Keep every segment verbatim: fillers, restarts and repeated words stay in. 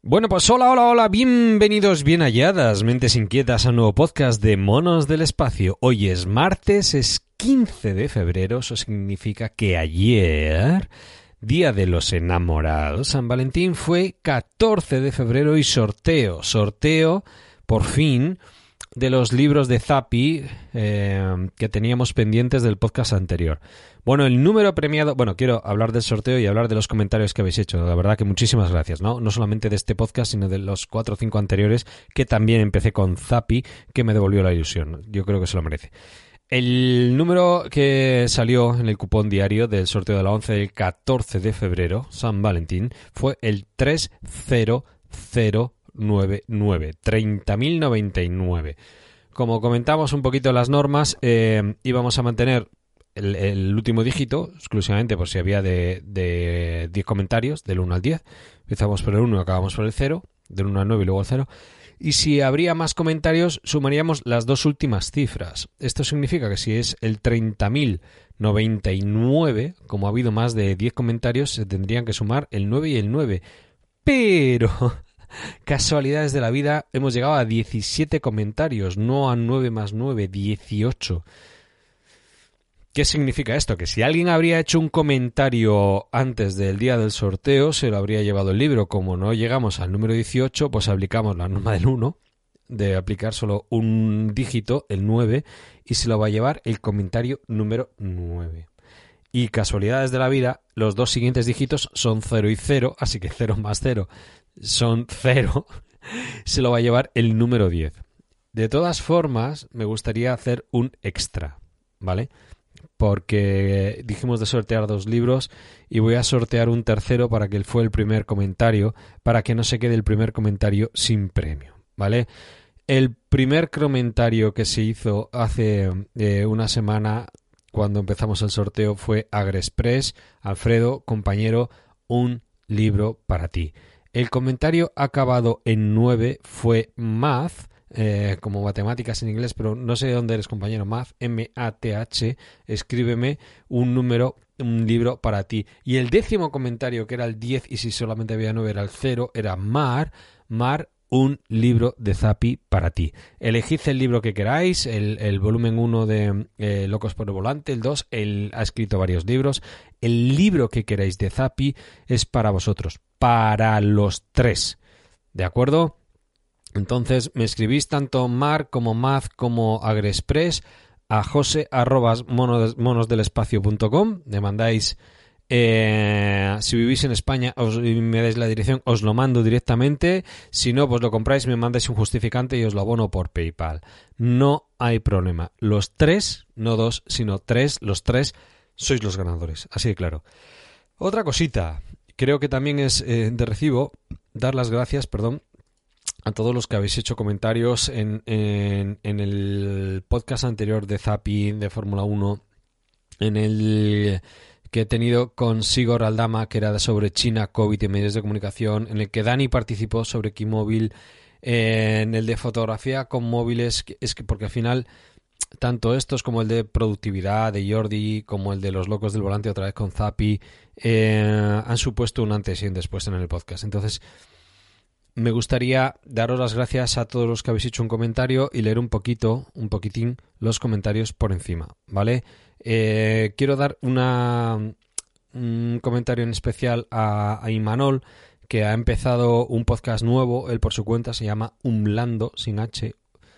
Bueno, pues hola, hola, hola, bienvenidos, bien halladas, mentes inquietas a un nuevo podcast de Monos del Espacio. Hoy es martes, es quince de febrero, eso significa que ayer, Día de los Enamorados, San Valentín, fue catorce de febrero y sorteo, sorteo, por fin, de los libros de Zappi eh, que teníamos pendientes del podcast anterior. Bueno, el número premiado... Bueno, quiero hablar del sorteo y hablar de los comentarios que habéis hecho. La verdad que muchísimas gracias, ¿no? No solamente de este podcast, sino de los cuatro o cinco anteriores, que también empecé con Zappi, que me devolvió la ilusión. Yo creo que se lo merece. El número que salió en el cupón diario del sorteo de la once del catorce de febrero, San Valentín, fue el tres cero cero nueve nueve, treinta mil noventa y nueve. Como comentamos un poquito las normas, eh, íbamos a mantener el, el último dígito exclusivamente por si había de, de diez comentarios, del uno al diez. Empezamos por el uno y acabamos por el cero, del uno al nueve y luego al cero. Y si habría más comentarios, sumaríamos las dos últimas cifras. Esto significa que si es el treinta mil noventa y nueve, como ha habido más de diez comentarios, se tendrían que sumar el nueve y el nueve. Pero... casualidades de la vida, hemos llegado a diecisiete comentarios, no a nueve más nueve, dieciocho. ¿Qué significa esto? Que si alguien habría hecho un comentario antes del día del sorteo, se lo habría llevado el libro. Como no llegamos al número dieciocho, pues aplicamos la norma del uno, de aplicar solo un dígito, el nueve, y se lo va a llevar el comentario número nueve. Y casualidades de la vida, los dos siguientes dígitos son cero y cero, así que cero más cero son cero, se lo va a llevar el número diez. De todas formas, me gustaría hacer un extra, ¿vale? Porque dijimos de sortear dos libros y voy a sortear un tercero para que fue el primer comentario, para que no se quede el primer comentario sin premio, ¿vale? El primer comentario que se hizo hace eh, una semana, cuando empezamos el sorteo, fue Agrexpress. Alfredo, compañero, un libro para ti. El comentario acabado en nueve fue Math, eh, como matemáticas en inglés, pero no sé de dónde eres, compañero. Math, M A T H, escríbeme un número, un libro para ti. Y el décimo comentario, que era el diez, y si solamente había nueve era el cero, era Mar, Mar, un libro de Zappi para ti. Elegid el libro que queráis, el, el volumen uno de eh, Locos por el Volante, el dos, él ha escrito varios libros. El libro que queráis de Zappi es para vosotros, para los tres, ¿de acuerdo? Entonces me escribís tanto Mar como Maz como Agrexpress a jose arroba monosdelespacio punto com, me mandáis... Eh, si vivís en España os, y me dais la dirección, os lo mando directamente. Si no, pues lo compráis, me mandáis un justificante y os lo abono por PayPal. No hay problema. Los tres, no dos, sino tres, los tres sois los ganadores. Así de claro. Otra cosita, creo que también es eh, de recibo dar las gracias, perdón, a todos los que habéis hecho comentarios en, en, en el podcast anterior de Zappi, de Fórmula uno, en el... que he tenido con Sigor Aldama, que era sobre China, COVID y medios de comunicación, en el que Dani participó sobre Keymobil, eh, en el de fotografía con móviles, es que porque al final tanto estos como el de productividad de Jordi, como el de los locos del volante otra vez con Zappi, eh, han supuesto un antes y un después en el podcast. Entonces me gustaría daros las gracias a todos los que habéis hecho un comentario y leer un poquito, un poquitín, los comentarios por encima, ¿vale? Eh, quiero dar una, un comentario en especial a, a Imanol, que ha empezado un podcast nuevo, él por su cuenta, se llama Umlando, sin H,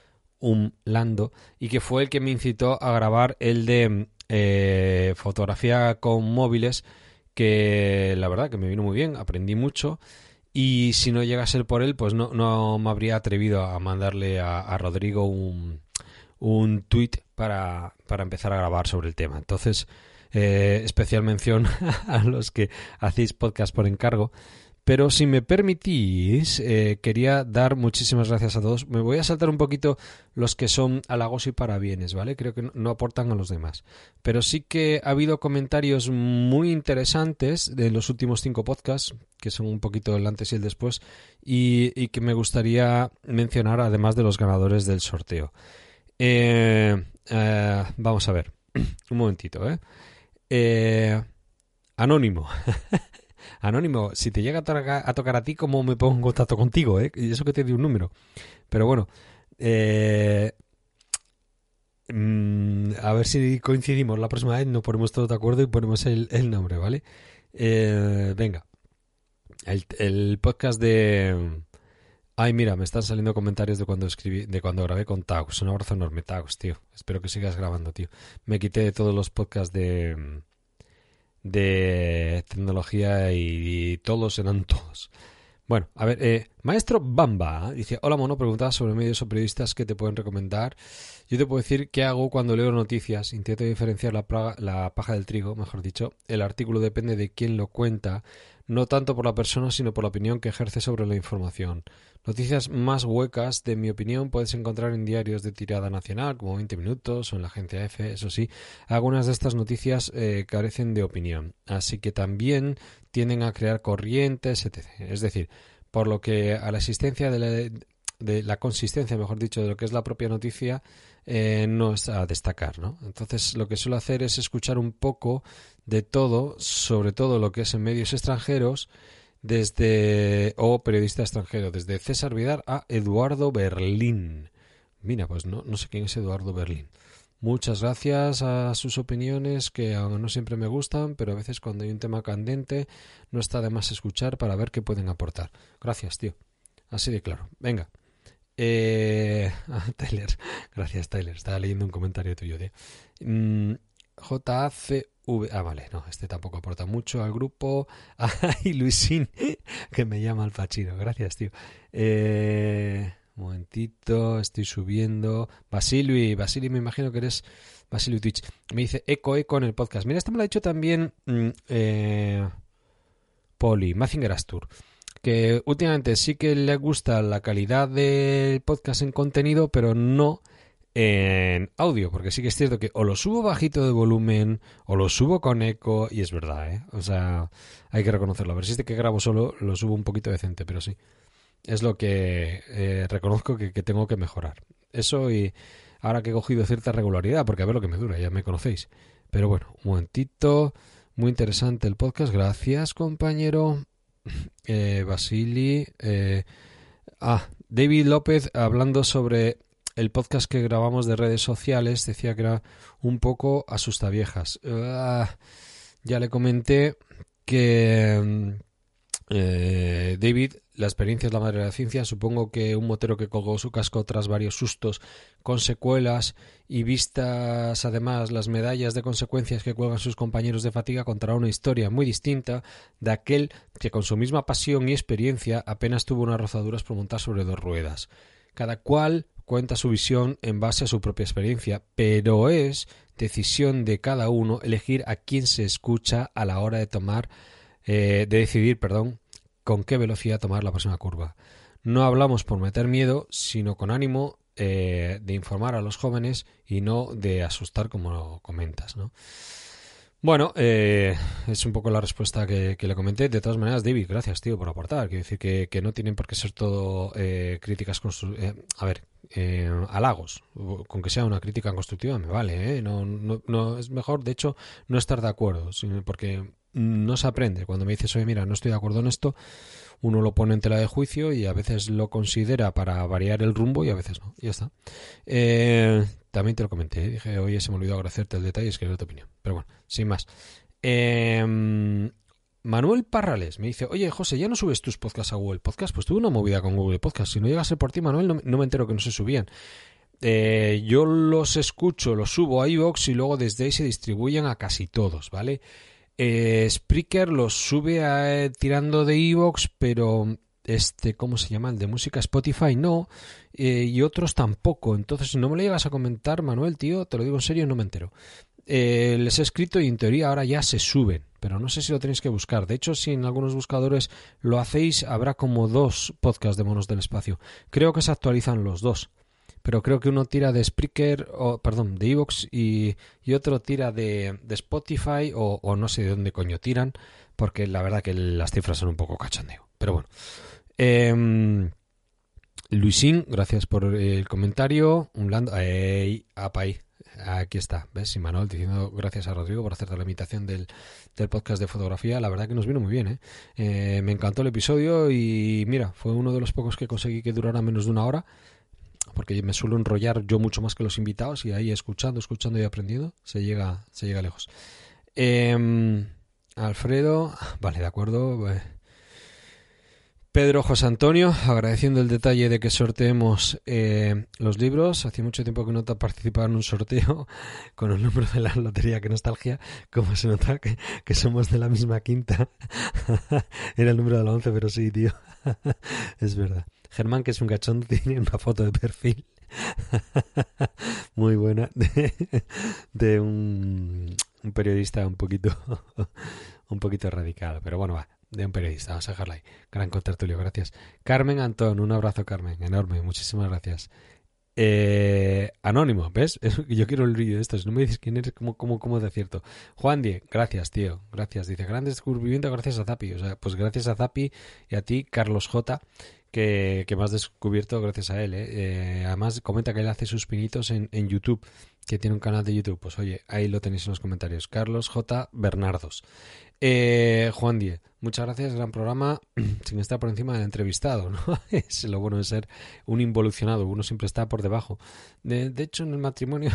Umlando, y que fue el que me incitó a grabar el de eh, fotografía con móviles, que la verdad que me vino muy bien, aprendí mucho. Y si no llega a ser por él, pues no, no me habría atrevido a mandarle a, a Rodrigo un, un tweet para, para empezar a grabar sobre el tema. Entonces, eh, especial mención a los que hacéis podcast por encargo. Pero si me permitís, eh, quería dar muchísimas gracias a todos. Me voy a saltar un poquito los que son halagos y parabienes, ¿vale? Creo que no, no aportan a los demás. Pero sí que ha habido comentarios muy interesantes de los últimos cinco podcasts, que son un poquito el antes y el después, y, y que me gustaría mencionar además de los ganadores del sorteo. Eh, eh, vamos a ver, un momentito, ¿eh? eh Anónimo. Anónimo, si te llega a, toca- a tocar a ti, ¿cómo me pongo en contacto contigo, eh? Y eso que te di un número. Pero bueno, eh, mm, a ver si coincidimos la próxima vez, nos ponemos todos de acuerdo y ponemos el, el nombre, ¿vale? Eh, venga, el, el podcast de... Ay, mira, me están saliendo comentarios de cuando escribí, de cuando grabé con Taux. Un abrazo enorme, Taux, tío. Espero que sigas grabando, tío. Me quité de todos los podcasts de, de tecnología y, y todos eran todos. Bueno, a ver, eh, Maestro Bamba dice, hola mono, preguntaba sobre medios o periodistas que te pueden recomendar. Yo te puedo decir qué hago cuando leo noticias. Intento diferenciar la, praga- la paja del trigo, mejor dicho. El artículo depende de quién lo cuenta, no tanto por la persona, sino por la opinión que ejerce sobre la información. Noticias más huecas, de mi opinión, puedes encontrar en diarios de tirada nacional, como veinte minutos, o en la agencia F, eso sí. Algunas de estas noticias eh, carecen de opinión, así que también tienden a crear corrientes, etcétera. Es decir, por lo que a la existencia de la, de la consistencia, mejor dicho, de lo que es la propia noticia, eh, no es a destacar, ¿no? Entonces, lo que suelo hacer es escuchar un poco de todo, sobre todo lo que es en medios extranjeros, desde o periodista extranjero, desde César Vidal a Eduardo Berlín. Mira, pues no, no sé quién es Eduardo Berlín. Muchas gracias a sus opiniones, que aún no siempre me gustan, pero a veces cuando hay un tema candente no está de más escuchar para ver qué pueden aportar. Gracias, tío. Así de claro. Venga. Eh... Ah, Tyler. Gracias, Tyler. Estaba leyendo un comentario tuyo, tío. Mm, J A C V. Ah, vale. No, este tampoco aporta mucho al grupo. Ay, Luisín, que me llama al Pachino. Gracias, tío. Eh... Un momentito, estoy subiendo. Basili, Basili, me imagino que eres Basili Twitch. Me dice eco, eco en el podcast. Mira, esto me lo ha dicho también mm, eh, Poli, Mazinger Astur, que últimamente sí que le gusta la calidad del podcast en contenido, pero no en audio, porque sí que es cierto que o lo subo bajito de volumen o lo subo con eco, y es verdad, ¿eh? O sea, hay que reconocerlo. A ver si este que grabo solo lo subo un poquito decente, pero sí. Es lo que eh, reconozco que, que tengo que mejorar. Eso, y ahora que he cogido cierta regularidad, porque a ver lo que me dura, ya me conocéis. Pero bueno, un momentito. Muy interesante el podcast. Gracias, compañero. Eh, Basili. Eh, ah, David López, hablando sobre el podcast que grabamos de redes sociales, decía que era un poco asustaviejas. Ah, ya le comenté que... Eh, David, la experiencia es la madre de la ciencia. Supongo que un motero que colgó su casco tras varios sustos con secuelas y vistas además las medallas de consecuencias que cuelgan sus compañeros de fatiga contará una historia muy distinta de aquel que con su misma pasión y experiencia apenas tuvo unas rozaduras por montar sobre dos ruedas. Cada cual cuenta su visión en base a su propia experiencia, pero es decisión de cada uno elegir a quién se escucha a la hora de tomar Eh, de decidir, perdón, con qué velocidad tomar la próxima curva. No hablamos por meter miedo, sino con ánimo eh, de informar a los jóvenes y no de asustar, como lo comentas, ¿no? Bueno, eh, es un poco la respuesta que, que le comenté. De todas maneras, David, gracias, tío, por aportar. Quiero decir que, que no tienen por qué ser todo eh, críticas constructivas. Eh, a ver, eh, halagos. Con que sea una crítica constructiva me vale, ¿eh? No, no, no es mejor, de hecho, no estar de acuerdo, sino porque no se aprende. Cuando me dices, oye, mira, no estoy de acuerdo en esto, uno lo pone en tela de juicio y a veces lo considera para variar el rumbo y a veces no. Y ya está. Eh, también te lo comenté, ¿eh? Dije, oye, se me olvidó agradecerte el detalle y escribir tu opinión. Pero bueno, sin más. Eh, Manuel Parrales me dice, oye, José, ¿ya no subes tus podcasts a Google Podcast? Pues tuve una movida con Google Podcast. Si no llegase por ti, Manuel, no, no me entero que no se subían. Eh, yo los escucho, los subo a iVoox y luego desde ahí se distribuyen a casi todos, ¿vale? Eh, Spreaker los sube a, eh, tirando de iVoox, pero este, ¿cómo se llama? El de música, Spotify no, eh, y otros tampoco. Entonces, si no me lo llegas a comentar, Manuel, tío, te lo digo en serio, no me entero. Eh, les he escrito y en teoría ahora ya se suben, pero no sé si lo tenéis que buscar. De hecho, si en algunos buscadores lo hacéis, habrá como dos podcasts de Monos del Espacio. Creo que se actualizan los dos, pero creo que uno tira de Spreaker, o perdón, de iVoox y, y otro tira de, de Spotify o, o no sé de dónde coño tiran, porque la verdad que las cifras son un poco cachondeo. Pero bueno. Eh, Luisín, gracias por el comentario. Un blando. ¡Ey! ¡Apa ahí! aquí está, ¿ves? Imanol diciendo gracias a Rodrigo por hacerte la imitación del, del podcast de fotografía. La verdad que nos vino muy bien, ¿eh? ¿eh? Me encantó el episodio y mira, fue uno de los pocos que conseguí que durara menos de una hora, porque me suelo enrollar yo mucho más que los invitados y ahí escuchando, escuchando y aprendiendo se llega, se llega lejos. Eh, Alfredo, vale, de acuerdo. Eh, Pedro José Antonio, agradeciendo el detalle de que sorteemos eh, los libros. Hacía mucho tiempo que no te participaba en un sorteo con el número de la lotería. Qué nostalgia, como se nota que, que somos de la misma quinta. Era el número de la once, pero sí, tío. Es verdad. Germán, que es un cachón, tiene una foto de perfil muy buena de, de un, un periodista un poquito un poquito radical, pero bueno, va, de un periodista, vamos a dejarla ahí. Gran contertulio, gracias. Carmen Antón, un abrazo, Carmen, enorme, muchísimas gracias. Eh, Anónimo, ¿ves? Yo quiero el vídeo de esto, si no me dices quién eres, ¿cómo, cómo, cómo de cierto? Juan Die, gracias, tío, gracias. Dice, gran descubrimiento gracias a Zapi, o sea, pues gracias a Zapi y a ti, Carlos J., que, que me has descubierto gracias a él, ¿eh? Eh, además comenta que él hace sus pinitos en, en YouTube, que tiene un canal de YouTube. Pues oye, ahí lo tenéis en los comentarios. Carlos J. Bernardos. Eh, Juan Die, muchas gracias, gran programa, sin estar por encima del entrevistado, ¿no? Es lo bueno de ser un involucionado, uno siempre está por debajo. De, de hecho, en el matrimonio...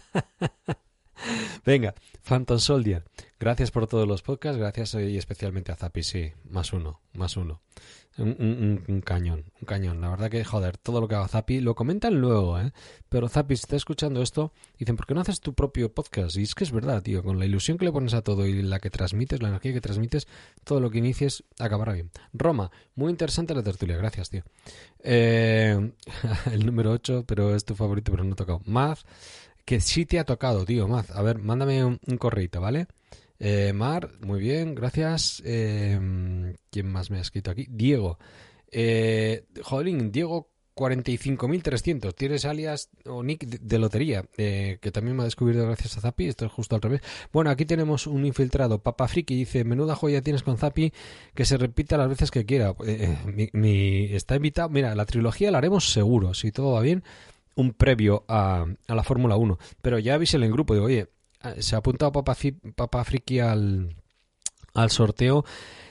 Venga, Phantom Soldier, gracias por todos los podcasts, gracias y especialmente a Zapi, sí, más uno, más uno. Un, un, un cañón, un cañón. La verdad que, joder, todo lo que haga Zapi, lo comentan luego, ¿eh? Pero Zapi, si está escuchando esto, dicen, ¿por qué no haces tu propio podcast? Y es que es verdad, tío, con la ilusión que le pones a todo y la que transmites, la energía que transmites, todo lo que inicies acabará bien. Roma, muy interesante la tertulia, gracias, tío. Eh, el número ocho, pero es tu favorito, pero no he tocado. Maz, que sí te ha tocado, tío, Maz. A ver, mándame un, un correíto, ¿vale? Eh, Mar, muy bien, gracias. Eh, ¿Quién más me ha escrito aquí? Diego. Eh, Jolín, Diego cuarenta y cinco mil trescientos. Tienes alias o nick de, de lotería, eh, que también me ha descubierto gracias a Zapi. Esto es justo al revés. Bueno, aquí tenemos un infiltrado. Papa Friki dice, menuda joya tienes con Zapi, que se repita las veces que quiera. Eh, mi, mi, está invitado. Mira, la trilogía la haremos seguro, si todo va bien. Un previo a, a la Fórmula uno. Pero ya avísale en grupo. Digo, oye, se ha apuntado Papa, Papa Friki al, al sorteo.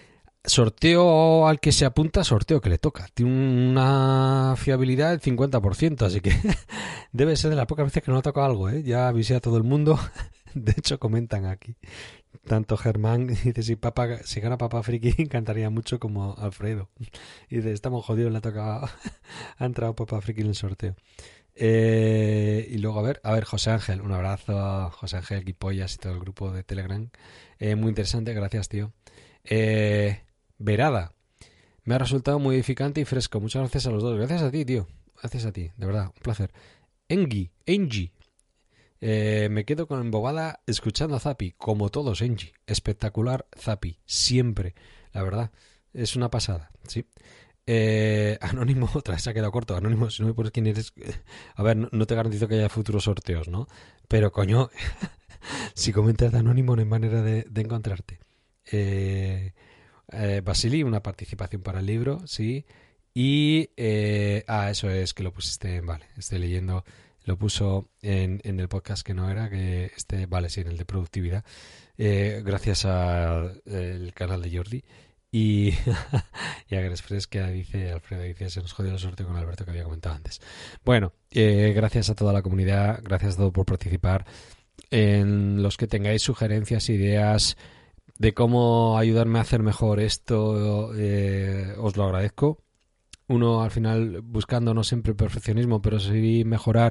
Sorteo al que se apunta, sorteo que le toca. Tiene una fiabilidad del cincuenta por ciento, así que debe ser de las pocas veces que no toca algo, ¿eh? Ya avisé a todo el mundo. De hecho, comentan aquí. Tanto Germán dice, si, Papa, si gana Papa Friki, cantaría mucho como Alfredo. Y dice, estamos jodidos, le ha tocado. Ha entrado Papa Friki en el sorteo. Eh, y luego, a ver, a ver, José Ángel, un abrazo a José Ángel, Guipollas y todo el grupo de Telegram. Eh, muy interesante, gracias, tío. Eh, Verada, me ha resultado muy edificante y fresco. Muchas gracias a los dos. Gracias a ti, tío. Gracias a ti, de verdad, un placer. Engi, Engi. Eh, me quedo con embobada escuchando a Zapi, como todos, Engi. Espectacular Zapi, siempre. La verdad, es una pasada, sí. Eh, Anónimo, otra vez se ha quedado corto. Anónimo, si no me pones quién eres. A ver, no, no te garantizo que haya futuros sorteos, ¿no? Pero coño, si comentas de Anónimo no hay manera de, de encontrarte. Eh, eh, Basili, una participación para el libro, sí. Y. Eh, ah, eso es que lo pusiste. Vale, estoy leyendo. Lo puso en, en el podcast que no era, que este. Vale, sí, en el de productividad. Eh, gracias al canal de Jordi. Y, y Agrexpress, que dice Alfredo, dice, se nos jodió el sorteo con Alberto que había comentado antes. Bueno, eh, gracias a toda la comunidad, gracias a todos por participar. En los que tengáis sugerencias, ideas de cómo ayudarme a hacer mejor esto, eh, os lo agradezco. Uno al final buscando no siempre el perfeccionismo, pero sí mejorar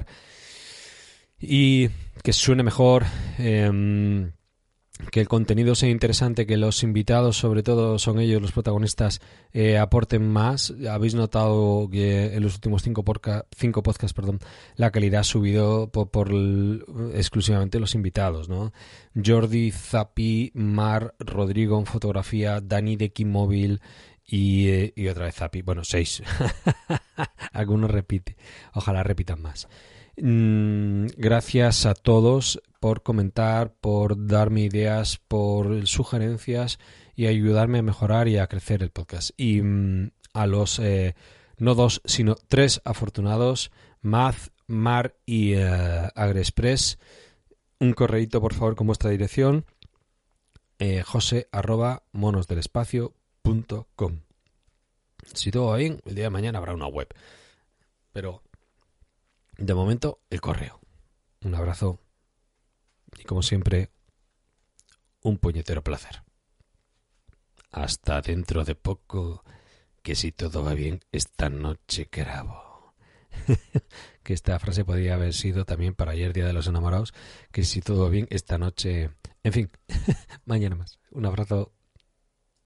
y que suene mejor. Eh, que el contenido sea interesante, que los invitados, sobre todo son ellos los protagonistas, eh, aporten más. Habéis notado que en los últimos cinco, porca, cinco podcasts perdón, la calidad ha subido por, por el, exclusivamente los invitados, ¿no? Jordi, Zapi, Mar, Rodrigo en fotografía, Dani de Kimóvil y, eh, y otra vez Zapi. Bueno, seis. Algunos repite. Ojalá repitan más. Mm, gracias a todos por comentar, por darme ideas, por sugerencias y ayudarme a mejorar y a crecer el podcast. Y mm, a los eh, no dos, sino tres afortunados, Maz, Mar y uh, Agrexpress, un correíto, por favor, con vuestra dirección. Eh, jose arroba monosdelespacio punto com. Si todo va bien, el día de mañana habrá una web. Pero, de momento, el correo. Un abrazo y, como siempre, un puñetero placer. Hasta dentro de poco, que si todo va bien, esta noche grabo. Que esta frase podría haber sido también para ayer, Día de los Enamorados, que si todo va bien, esta noche... En fin, mañana más. Un abrazo.